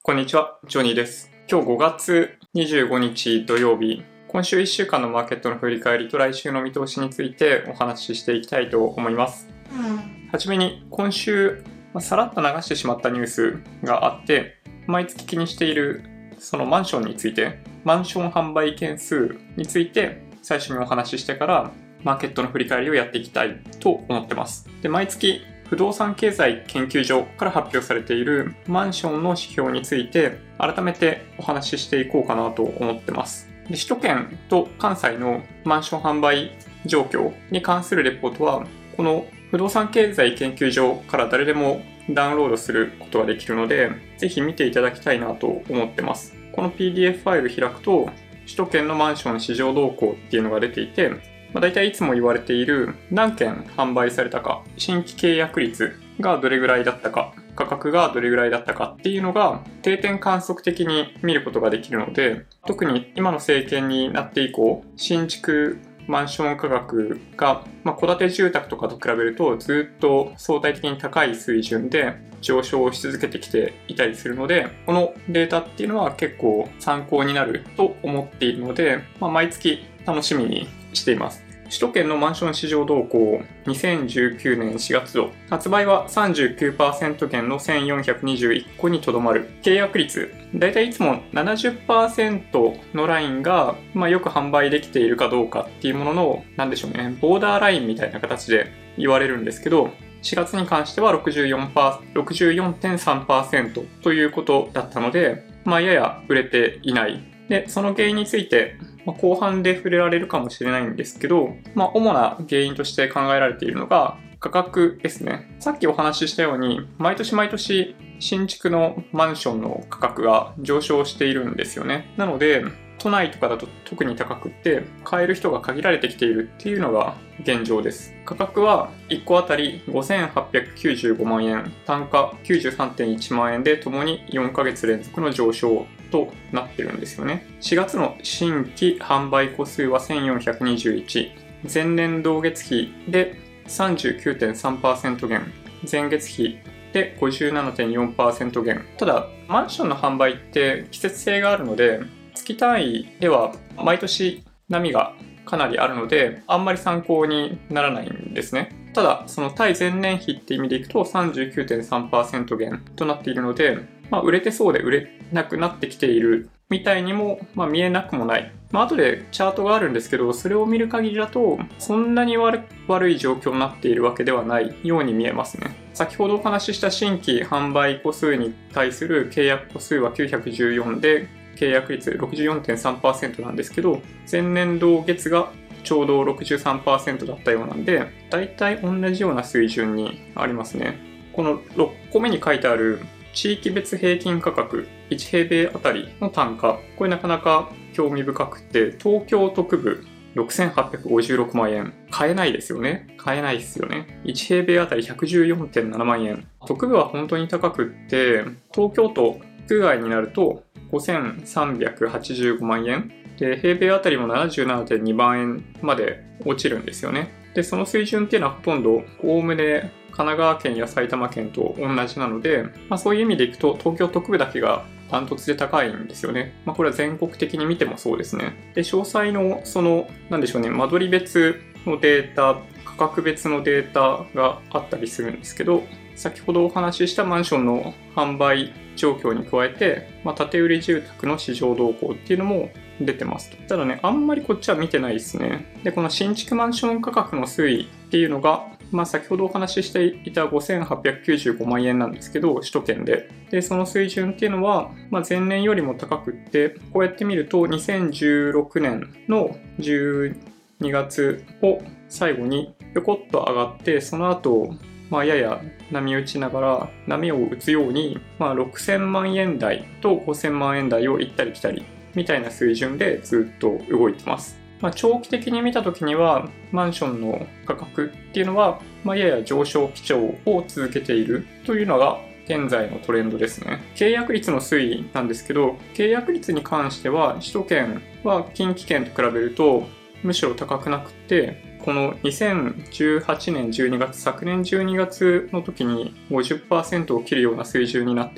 こんにちは、ジョニーです。今日5月25日土曜日、今週1週間のマーケットの振り返りと来週の見通しについてお話ししていきたいと思います。はじめに今週、さらっと流してしまったニュースがあって、毎月気にしているそのマンションについて、マンション販売件数について最初にお話ししてからマーケットの振り返りをやっていきたいと思ってます。で、毎月不動産経済研究所から発表されているマンションの指標について改めてお話ししていこうかなと思ってます。で、首都圏と関西のマンション販売状況に関するレポートはこの不動産経済研究所から誰でもダウンロードすることができるので、ぜひ見ていただきたいなと思ってます。この PDF ファイル開くと首都圏のマンション市場動向っていうのが出ていて、だいたいいつも言われている何件販売されたか、新規契約率がどれぐらいだったか、価格がどれぐらいだったかっていうのが定点観測的に見ることができるので、特に今の政権になって以降、新築マンション価格が、戸建て住宅とかと比べるとずっと相対的に高い水準で上昇し続けてきていたりするので、このデータっていうのは結構参考になると思っているので、毎月楽しみにしています。首都圏のマンション市場動向2019年4月度、発売は 39% 減の1421個にとどまる。契約率、だいたいいつも 70% のラインが、よく販売できているかどうかっていうものの、ボーダーラインみたいな形で言われるんですけど、4月に関しては 64.3% ということだったので、やや売れていない。で、その原因について、後半で触れられるかもしれないんですけど、主な原因として考えられているのが価格ですね。さっきお話ししたように、毎年新築のマンションの価格が上昇しているんですよね。なので、都内とかだと特に高くって買える人が限られてきているっていうのが現状です。価格は1個あたり5895万円、単価 93.1 万円でともに4ヶ月連続の上昇となってるんですよね。4月の新規販売個数は1421、前年同月比で 39.3% 減、前月比で 57.4% 減。ただ、マンションの販売って季節性があるので、月単位では毎年波がかなりあるので、あんまり参考にならないんですね。ただ、その対前年比って意味でいくと 39.3% 減となっているので、売れてそうで売れなくなってきているみたいにも、見えなくもない。後でチャートがあるんですけど、それを見る限りだと、そんなに悪い状況になっているわけではないように見えますね。先ほどお話しした新規販売個数に対する契約個数は914で、契約率 64.3% なんですけど、前年同月がちょうど 63% だったようなんで、だいたい同じような水準にありますね。この6個目に書いてある地域別平均価格1平米あたりの単価、これなかなか興味深くて、東京都区部6856万円。買えないですよね。買えないですよね。1平米あたり 114.7 万円。都区部は本当に高くって、東京都区外になると5385万円。で、平米あたりも 77.2 万円まで落ちるんですよね。で、その水準っていうのはほとんど、おおむね神奈川県や埼玉県と同じなので、そういう意味でいくと東京都区部だけがダントツで高いんですよね。これは全国的に見てもそうですね。で、詳細の間取り別のデータ、価格別のデータがあったりするんですけど、先ほどお話ししたマンションの販売状況に加えて、建売住宅の市場動向っていうのも出てますと。ただね、あんまりこっちは見てないですね。で、この新築マンション価格の推移っていうのが、先ほどお話ししていた5895万円なんですけど、首都圏で。で、その水準っていうのは、前年よりも高くって、こうやって見ると、2016年の12月を最後にぴょこっと上がって、その後、やや波打ちながら波を打つように、6000万円台と5000万円台を行ったり来たりみたいな水準でずっと動いてます。長期的に見たときにはマンションの価格っていうのは、やや上昇基調を続けているというのが現在のトレンドですね。契約率の推移なんですけど、契約率に関しては首都圏は近畿圏と比べるとむしろ高くなくて、この2018年12月、昨年12月の時に 50% を切るような水準になって、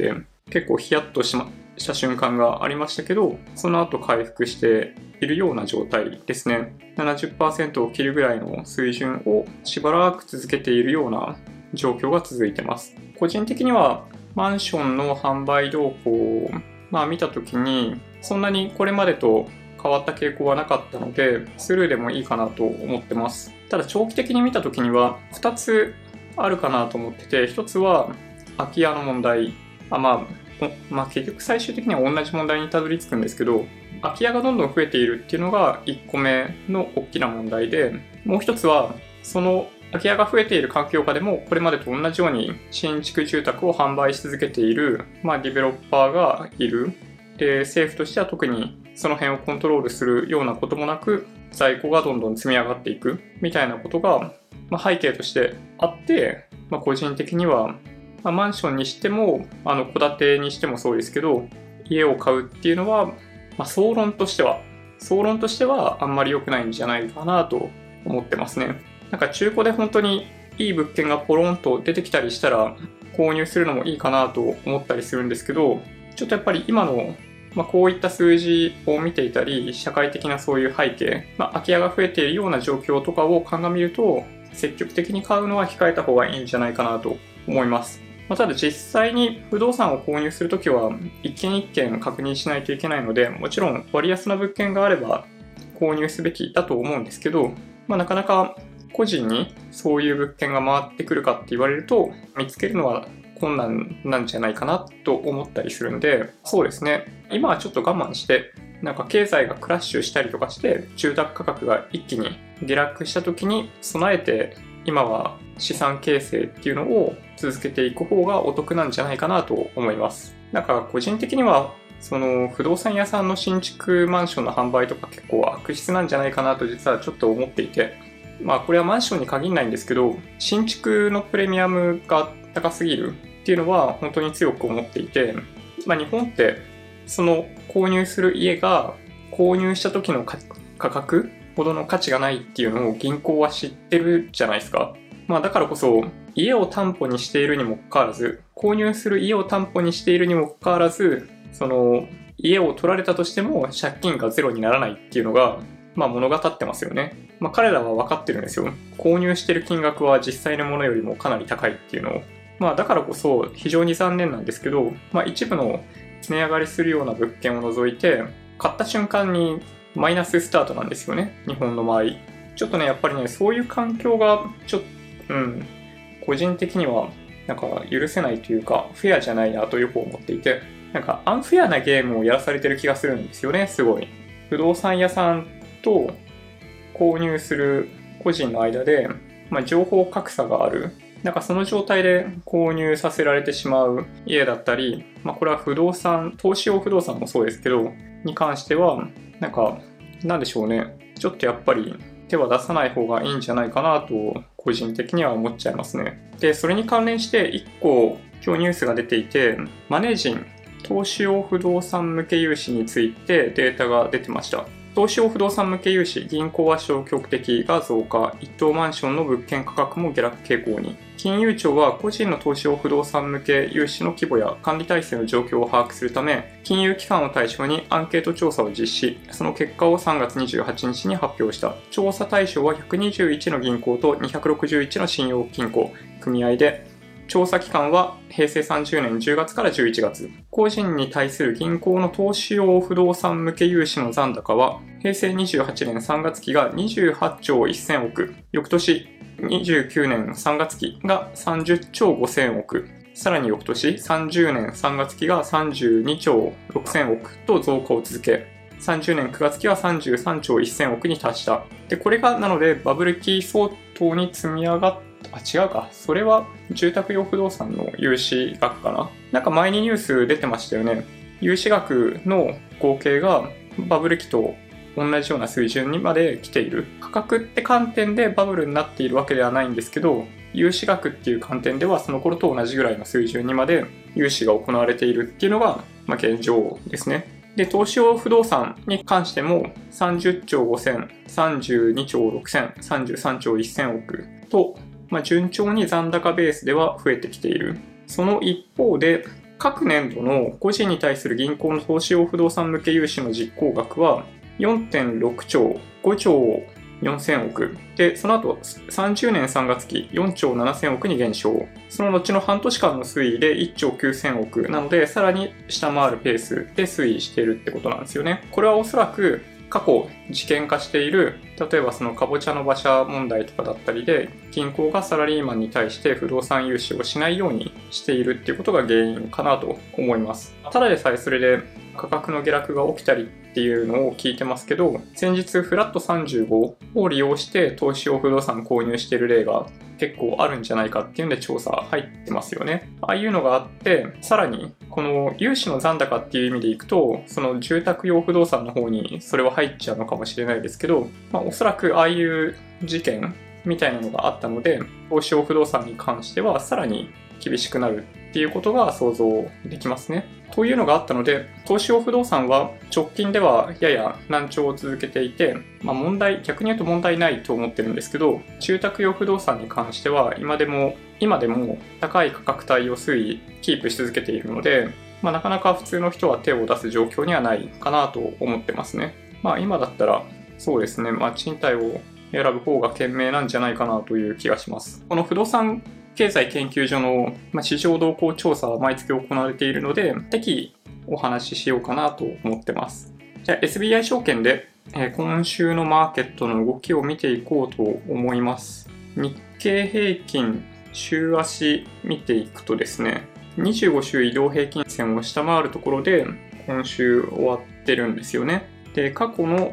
結構ヒヤッとした瞬間がありましたけど、その後回復しているような状態ですね。70% を切るぐらいの水準をしばらく続けているような状況が続いてます。個人的にはマンションの販売動向を見たときに、そんなにこれまでと変わった傾向はなかったので、スルーでもいいかなと思ってます。ただ長期的に見たときには2つあるかなと思ってて、1つは空き家の問題。結局最終的には同じ問題にたどり着くんですけど、空き家がどんどん増えているっていうのが1個目の大きな問題で、もう1つはその空き家が増えている環境下でもこれまでと同じように新築住宅を販売し続けている、ディベロッパーがいる。で、政府としては特にその辺をコントロールするようなこともなく、在庫がどんどん積み上がっていくみたいなことが、背景としてあって、個人的には、マンションにしても戸建てにしてもそうですけど、家を買うっていうのは、総論としてはあんまり良くないんじゃないかなと思ってますね。なんか中古で本当にいい物件がポロンと出てきたりしたら購入するのもいいかなと思ったりするんですけど、ちょっとやっぱり今のこういった数字を見ていたり、社会的なそういう背景、空き家が増えているような状況とかを鑑みると、積極的に買うのは控えた方がいいんじゃないかなと思います。ただ実際に不動産を購入するときは、一軒一軒確認しないといけないので、もちろん割安な物件があれば購入すべきだと思うんですけど、なかなか個人にそういう物件が回ってくるかって言われると、見つけるのは困難なんじゃないかなと思ったりするんで、そうですね。今はちょっと我慢して、経済がクラッシュしたりとかして、住宅価格が一気に下落した時に備えて、今は資産形成っていうのを続けていく方がお得なんじゃないかなと思います。個人的には、その不動産屋さんの新築マンションの販売とか結構悪質なんじゃないかなと実はちょっと思っていて、これはマンションに限らないんですけど、新築のプレミアムが高すぎるっていうのは本当に強く思っていて、日本ってその購入する家が購入した時の価格ほどの価値がないっていうのを銀行は知ってるじゃないですか。だからこそ家を担保にしているにもかかわらず、購入する家を担保にしているにもかかわらず、その家を取られたとしても借金がゼロにならないっていうのが物語ってますよね。彼らは分かってるんですよ。購入してる金額は実際のものよりもかなり高いっていうのを。だからこそ非常に残念なんですけど、一部の値上がりするような物件を除いて、買った瞬間にマイナススタートなんですよね。日本の場合。ちょっとね、やっぱりね、そういう環境が個人的には許せないというか、フェアじゃないなとよく思っていて、アンフェアなゲームをやらされてる気がするんですよね、すごい。不動産屋さんと購入する個人の間で、情報格差がある。その状態で購入させられてしまう家だったり、これは投資用不動産もそうですけど、に関しては、なんでしょうね。ちょっとやっぱり手は出さない方がいいんじゃないかなと、個人的には思っちゃいますね。で、それに関連して1個今日ニュースが出ていて、マネージン、投資用不動産向け融資についてデータが出てました。投資用不動産向け融資、銀行は消極的が増加、一等マンションの物件価格も下落傾向に。金融庁は個人の投資用不動産向け融資の規模や管理体制の状況を把握するため、金融機関を対象にアンケート調査を実施、その結果を3月28日に発表した。調査対象は121の銀行と261の信用金庫、組合で、調査期間は平成30年10月から11月。個人に対する銀行の投資用不動産向け融資の残高は、平成28年3月期が28兆1000億、翌年29年3月期が30兆5000億、さらに翌年30年3月期が32兆6000億と増加を続け、30年9月期は33兆1000億に達した。で、これがなのでバブル期相当に積み上がった。違うか。それは住宅用不動産の融資額かな。前にニュース出てましたよね。融資額の合計がバブル期と同じような水準にまで来ている。価格って観点でバブルになっているわけではないんですけど、融資額っていう観点ではその頃と同じぐらいの水準にまで融資が行われているっていうのが、現状ですね。で、投資用不動産に関しても30兆5000、32兆6000、33兆1000億と、順調に残高ベースでは増えてきている。その一方で、 各年度の個人に対する銀行の投資用不動産向け融資の実行額は 4.6 兆、5兆4000億。で、その後30年3月期4兆7000億に減少。その後の半年間の推移で1兆9000億なので、さらに下回るペースで推移しているってことなんですよね。これはおそらく過去事件化している、例えばそのかぼちゃの馬車問題とかだったりで、銀行がサラリーマンに対して不動産融資をしないようにしているっていうことが原因かなと思います。ただでさえそれで価格の下落が起きたりっていうのを聞いてますけど、先日フラット35を利用して投資用不動産購入している例が結構あるんじゃないかっていうんで調査入ってますよね。ああいうのがあって、さらにこの融資の残高っていう意味でいくと、その住宅用不動産の方にそれは入っちゃうのかもしれないですけど、おそらくああいう事件みたいなのがあったので、投資用不動産に関してはさらに厳しくなるっていうことが想像できますね。というのがあったので、投資用不動産は直近ではやや難聴を続けていて、逆に言うと問題ないと思ってるんですけど、住宅用不動産に関しては今でも高い価格帯をキープし続けているので、なかなか普通の人は手を出す状況にはないかなと思ってますね。今だったらそうですね、賃貸を選ぶ方が賢明なんじゃないかなという気がします。この不動産経済研究所の市場動向調査は毎月行われているので、適宜お話ししようかなと思ってます。じゃあ SBI 証券で今週のマーケットの動きを見ていこうと思います。日経平均週足見ていくとですね、25週移動平均線を下回るところで今週終わってるんですよね。で、過去の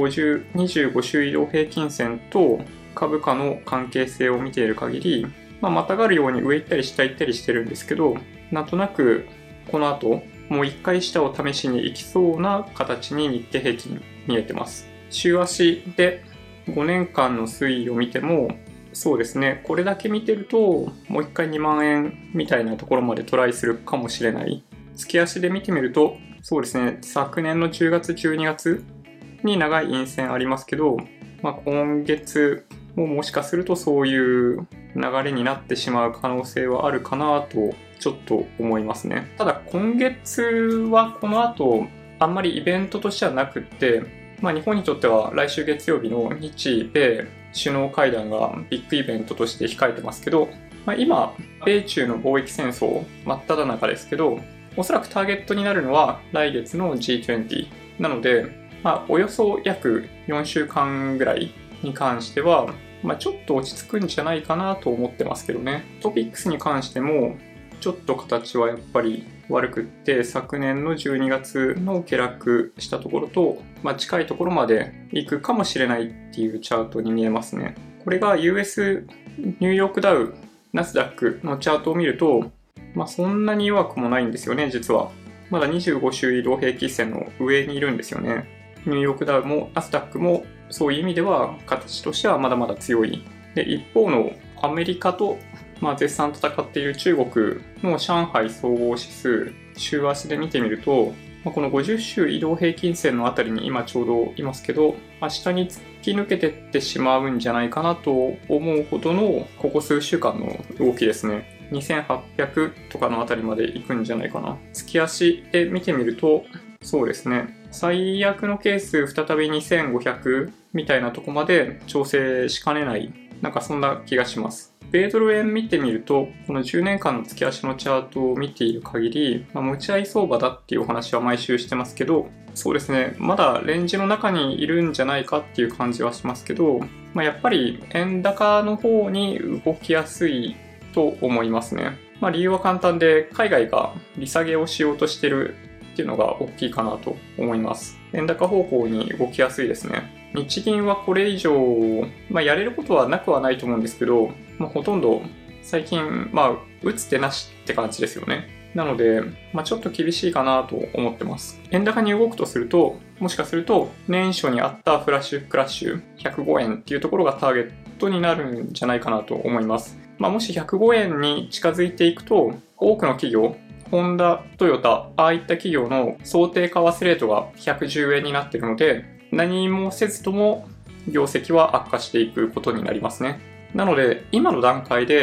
25週移動平均線と株価の関係性を見ている限り、またがるように上行ったり下行ったりしてるんですけど、なんとなくこの後もう一回下を試しに行きそうな形に日経平均見えてます。週足で5年間の推移を見ても、そうですね、これだけ見てるともう一回2万円みたいなところまでトライするかもしれない。月足で見てみると、そうですね、昨年の10月12月に長い陰線ありますけど、今月ももしかするとそういう流れになってしまう可能性はあるかなとちょっと思いますね。ただ今月はこの後あんまりイベントとしてはなくって、日本にとっては来週月曜日の日米首脳会談がビッグイベントとして控えてますけど、今米中の貿易戦争真っ只中ですけど、おそらくターゲットになるのは来月の G20 なので、およそ約4週間ぐらいに関してはちょっと落ち着くんじゃないかなと思ってますけどね。トピックスに関してもちょっと形はやっぱり悪くって、昨年の12月の下落したところと、近いところまで行くかもしれないっていうチャートに見えますね。これが US ニューヨークダウナスダックのチャートを見ると、そんなに弱くもないんですよね。実はまだ25週移動平均線の上にいるんですよね。ニューヨークダウもナスダックもそういう意味では形としてはまだまだ強い。で、一方のアメリカと絶賛戦っている中国の上海総合指数、週足で見てみると、この50週移動平均線のあたりに今ちょうどいますけど、下に突き抜けてってしまうんじゃないかなと思うほどのここ数週間の動きですね。2800とかのあたりまで行くんじゃないかな。月足で見てみると、そうですね、最悪のケース再び2500みたいなとこまで調整しかねない、そんな気がします。米ドル円見てみると、この10年間の月足のチャートを見ている限り、持ち合い相場だっていうお話は毎週してますけど、そうですね、まだレンジの中にいるんじゃないかっていう感じはしますけど、やっぱり円高の方に動きやすいと思いますね。理由は簡単で、海外が利下げをしようとしてるっていうのが大きいかなと思います。円高方向に動きやすいですね。日銀はこれ以上、やれることはなくはないと思うんですけど、ほとんど最近、打つ手なしって感じですよね。なので、ちょっと厳しいかなと思ってます。円高に動くとすると、もしかすると年初にあったフラッシュクラッシュ105円っていうところがターゲットになるんじゃないかなと思います。もし105円に近づいていくと、多くの企業、ホンダ、トヨタ、ああいった企業の想定為替レートが110円になっているので、何もせずとも業績は悪化していくことになりますね。なので、今の段階で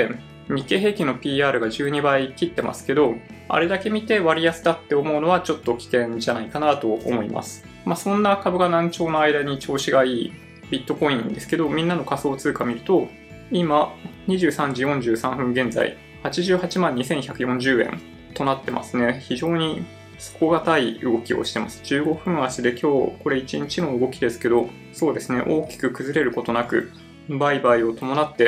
日経平均の PR が12倍切ってますけど、あれだけ見て割安だって思うのはちょっと危険じゃないかなと思います。そんな株が難聴の間に調子がいいビットコインですけど、みんなの仮想通貨見ると、今23時43分現在、88万2140円となってますね。非常に底堅い動きをしてます。15分足で今日、これ1日の動きですけど、そうですね、大きく崩れることなく、売買を伴って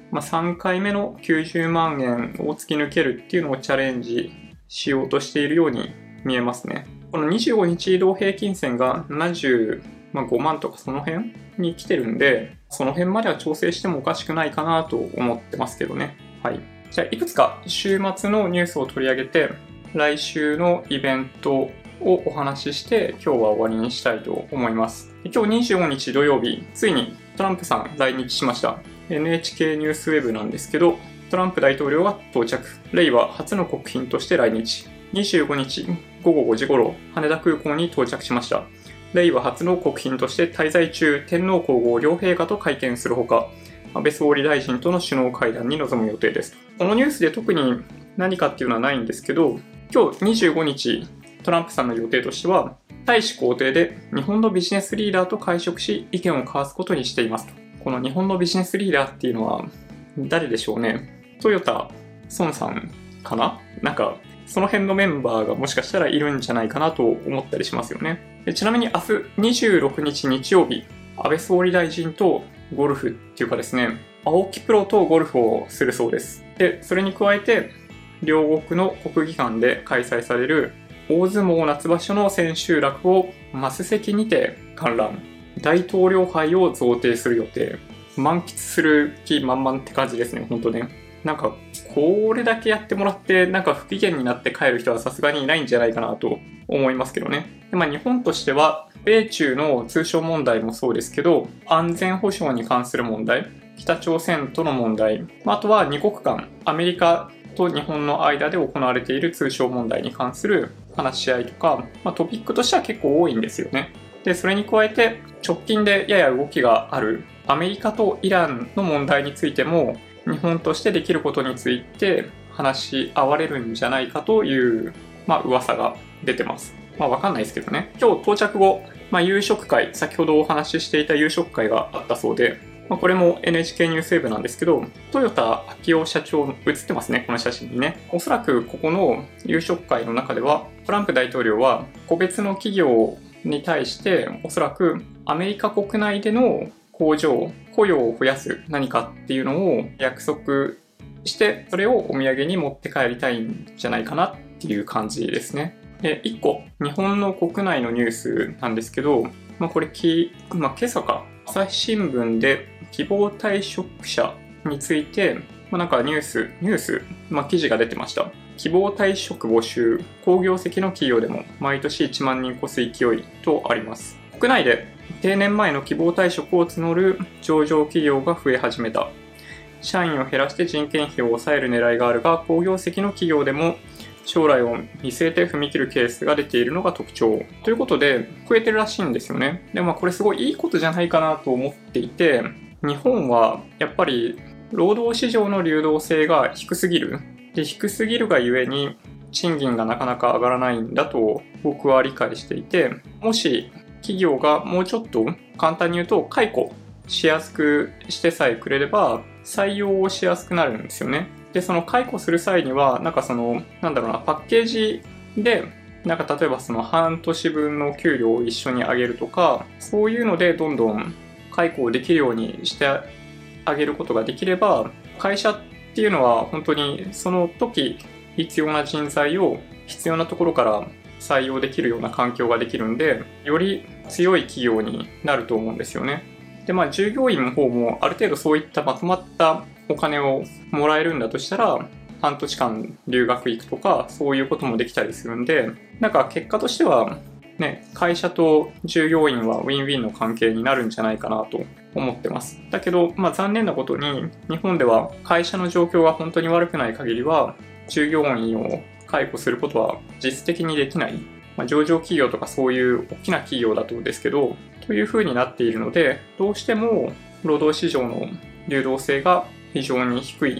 、3回目の90万円を突き抜けるっていうのをチャレンジしようとしているように見えますね。この25日移動平均線が75万とかその辺に来てるんで、その辺までは調整してもおかしくないかなと思ってますけどね。はい。じゃあ、いくつか週末のニュースを取り上げて、来週のイベントをお話しして、今日は終わりにしたいと思います。今日25日土曜日、ついにトランプさん来日しました。NHK ニュースウェブなんですけど、トランプ大統領が到着。令和初の国賓として来日。25日午後5時頃、羽田空港に到着しました。令和初の国賓として滞在中、天皇皇后両陛下と会見するほか、安倍総理大臣との首脳会談に臨む予定です。このニュースで特に何かっていうのはないんですけど、今日25日、トランプさんの予定としては、大使公邸で日本のビジネスリーダーと会食し、意見を交わすことにしていますと。この日本のビジネスリーダーっていうのは、誰でしょうね。トヨタ、孫さんかな？その辺のメンバーがもしかしたらいるんじゃないかなと思ったりしますよね。でちなみに明日26日日曜日、安倍総理大臣とゴルフっていうかですね、青木プロとゴルフをするそうです。で、それに加えて、両国の国技館で開催される大相撲夏場所の千秋楽をマス席にて観覧。大統領杯を贈呈する予定。満喫する気満々って感じですね、ほんとね。これだけやってもらって、不機嫌になって帰る人はさすがにいないんじゃないかなと思いますけどね。で日本としては、米中の通商問題もそうですけど、安全保障に関する問題、北朝鮮との問題、あとは2国間、アメリカと日本の間で行われている通商問題に関する話し合いとか、トピックとしては結構多いんですよね。で、それに加えて、直近でやや動きがあるアメリカとイランの問題についても、日本としてできることについて話し合われるんじゃないかという、噂が出てます。わかんないですけどね。今日到着後、夕食会、先ほどお話ししていた夕食会があったそうで、これも NHK ニュースウェブなんですけど、豊田章男社長写ってますね、この写真にね。おそらくここの夕食会の中では、トランプ大統領は個別の企業に対しておそらくアメリカ国内での工場、雇用を増やす何かっていうのを約束して、それをお土産に持って帰りたいんじゃないかなっていう感じですね。で、1個、日本の国内のニュースなんですけど、これ今朝か、朝日新聞で希望退職者について、ニュース、記事が出てました。希望退職募集、好業績の企業でも毎年1万人越す勢いとあります。国内で定年前の希望退職を募る上場企業が増え始めた。社員を減らして人件費を抑える狙いがあるが、好業績の企業でも将来を見据えて踏み切るケースが出ているのが特徴。ということで、増えてるらしいんですよね。でもこれすごいいいことじゃないかなと思っていて、日本はやっぱり労働市場の流動性が低すぎる。で、低すぎるがゆえに賃金がなかなか上がらないんだと僕は理解していて、もし企業がもうちょっと簡単に言うと解雇しやすくしてさえくれれば採用をしやすくなるんですよね。で、その解雇する際には、パッケージで、例えばその半年分の給料を一緒に上げるとか、そういうのでどんどん解雇できるようにしてあげることができれば、会社っていうのは本当にその時必要な人材を必要なところから採用できるような環境ができるんで、より強い企業になると思うんですよね。で、従業員の方もある程度そういったまとまったお金をもらえるんだとしたら、半年間留学行くとか、そういうこともできたりするんで、結果としては、ね、会社と従業員はウィンウィンの関係になるんじゃないかなと思ってます。だけど、残念なことに、日本では会社の状況が本当に悪くない限りは、従業員を解雇することは実質的にできない。上場企業とかそういう大きな企業だとですけど、という風になっているので、どうしても労働市場の流動性が非常に低い。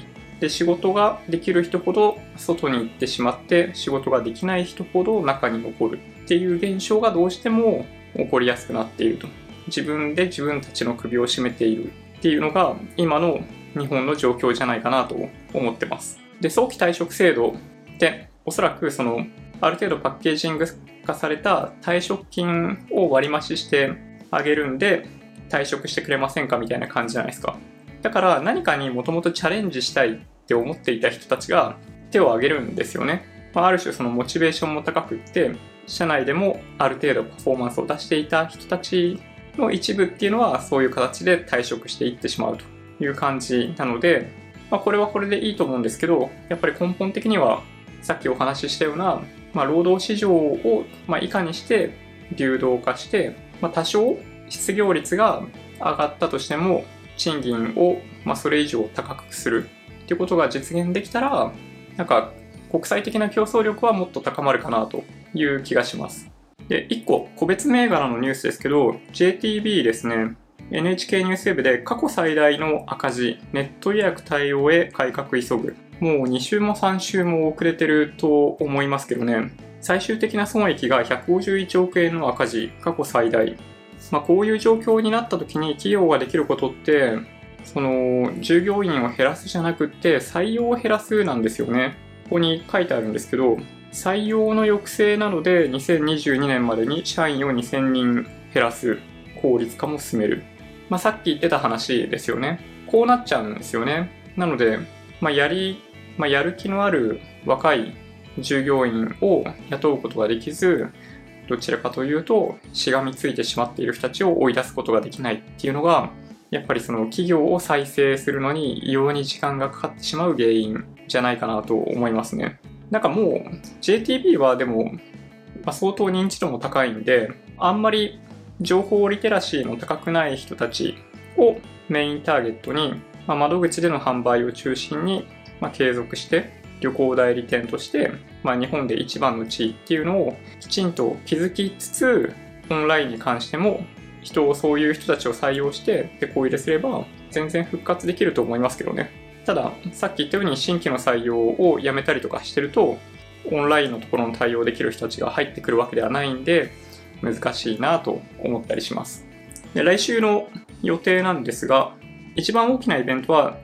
で、仕事ができる人ほど外に行ってしまって、仕事ができない人ほど中に残るっていう現象がどうしても起こりやすくなっていると。自分で自分たちの首を絞めているっていうのが今の日本の状況じゃないかなと思ってます。で、早期退職制度っておそらくある程度パッケージング化された退職金を割り増ししてあげるんで退職してくれませんかみたいな感じじゃないですか。だから何かにもともとチャレンジしたいって思っていた人たちが手を挙げるんですよね。ある種モチベーションも高くって、社内でもある程度パフォーマンスを出していた人たちの一部っていうのはそういう形で退職していってしまうという感じなので、これはこれでいいと思うんですけど、やっぱり根本的にはさっきお話ししたような、労働市場をいかにして流動化して、多少失業率が上がったとしても賃金をそれ以上高くするっていうことが実現できたら、国際的な競争力はもっと高まるかなという気がします。で、1個個別銘柄のニュースですけど、JTB ですね。NHK ニュースウェブで過去最大の赤字、ネット予約対応へ改革急ぐ。もう2週も3週も遅れてると思いますけどね。最終的な損益が151億円の赤字、過去最大。こういう状況になった時に企業ができることって、従業員を減らすじゃなくって採用を減らすなんですよね。ここに書いてあるんですけど、採用の抑制なので2022年までに社員を2000人減らす、効率化も進める。さっき言ってた話ですよね。こうなっちゃうんですよね。なので、やる気のある若い従業員を雇うことができず、どちらかというとしがみついてしまっている人たちを追い出すことができないっていうのが、やっぱり企業を再生するのに異様に時間がかかってしまう原因じゃないかなと思いますね。もう JTB はでも、相当認知度も高いんで、あんまり情報リテラシーの高くない人たちをメインターゲットに、窓口での販売を中心に、継続して旅行代理店として、日本で一番の地位っていうのをきちんと築きつつ、オンラインに関してもそういう人たちを採用して手こ入れすれば全然復活できると思いますけどね。たださっき言ったように新規の採用をやめたりとかしてると、オンラインのところの対応できる人たちが入ってくるわけではないんで難しいなと思ったりします。で、来週の予定なんですが、一番大きなイベントは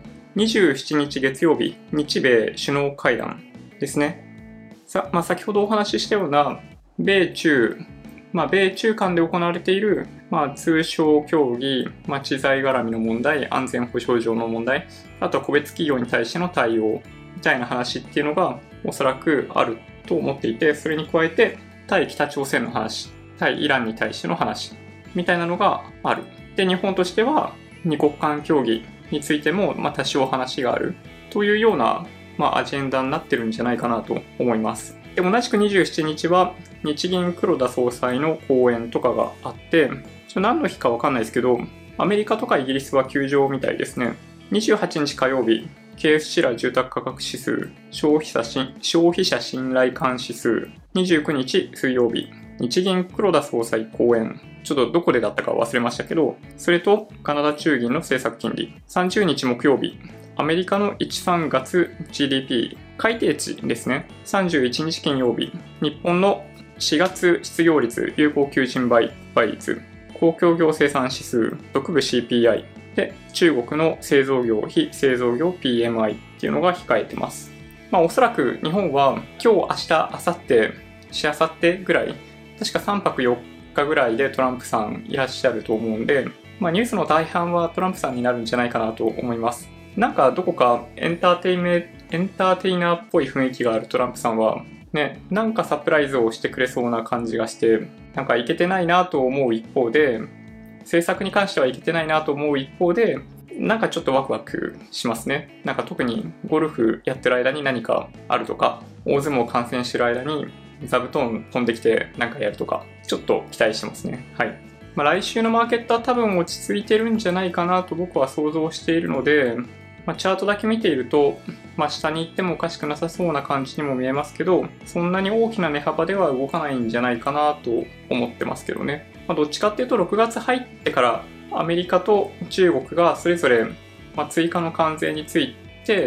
27日月曜日、日米首脳会談ですね。先ほどお話ししたような米中間で行われている、通商協議、知財絡みの問題、安全保障上の問題、あとは個別企業に対しての対応みたいな話っていうのがおそらくあると思っていて、それに加えて対北朝鮮の話、対イランに対しての話みたいなのがある。で、日本としては二国間協議についても多少話があるというような、アジェンダになってるんじゃないかなと思います。で、同じく27日は日銀黒田総裁の講演とかがあって、何の日かわかんないですけど、アメリカとかイギリスは休場みたいですね。28日火曜日、ケースシラ住宅価格指数、消費者信頼感指数、29日水曜日、日銀黒田総裁講演、ちょっとどこでだったか忘れましたけど、それとカナダ中銀の政策金利、30日木曜日、アメリカの1、3月 GDP 改定値ですね。31日金曜日、日本の4月失業率、有効求人倍率、公共業生産指数、特部 CPI で、中国の製造業、非製造業 PMI っていうのが控えてます。おそらく日本は今日、明日、明後日、しあさってぐらい、確か3泊4日ぐらいでトランプさんいらっしゃると思うんで、ニュースの大半はトランプさんになるんじゃないかなと思います。どこかエンターテイナーっぽい雰囲気があるトランプさんは、サプライズをしてくれそうな感じがして、いけてないなと思う一方で、政策に関してはいけてないなと思う一方で、ちょっとワクワクしますね。特にゴルフやってる間に何かあるとか、大相撲観戦してる間に座布団飛んできてやるとか、ちょっと期待してますね。はい。来週のマーケットは多分落ち着いてるんじゃないかなと僕は想像しているので、チャートだけ見ていると、下に行ってもおかしくなさそうな感じにも見えますけど、そんなに大きな値幅では動かないんじゃないかなと思ってますけどね。どっちかっていうと6月入ってからアメリカと中国がそれぞれ追加の関税について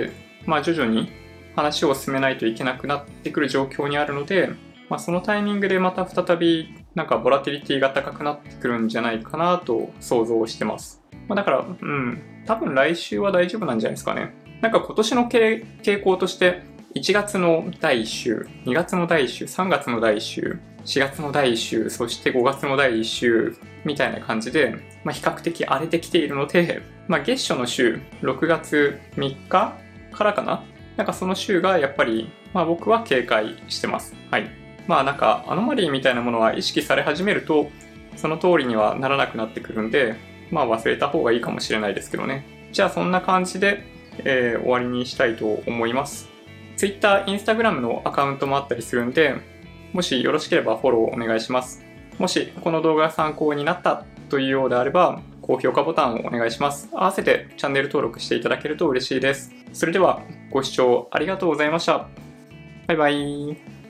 徐々に話を進めないといけなくなってくる状況にあるので、そのタイミングでまた再びボラティリティが高くなってくるんじゃないかなと想像してます。だから、多分来週は大丈夫なんじゃないですかね。今年の傾向として、1月の第1週、2月の第1週、3月の第1週、4月の第1週、そして5月の第1週みたいな感じで、比較的荒れてきているので、月初の週、6月3日からかな、その週がやっぱり、僕は警戒してます。はい。アノマリーみたいなものは意識され始めると、その通りにはならなくなってくるんで、忘れた方がいいかもしれないですけどね。じゃあそんな感じで、終わりにしたいと思います。Twitter、Instagram のアカウントもあったりするんで、もしよろしければフォローお願いします。もしこの動画が参考になったというようであれば、高評価ボタンをお願いします。合わせてチャンネル登録していただけると嬉しいです。それではご視聴ありがとうございました。バイバイ。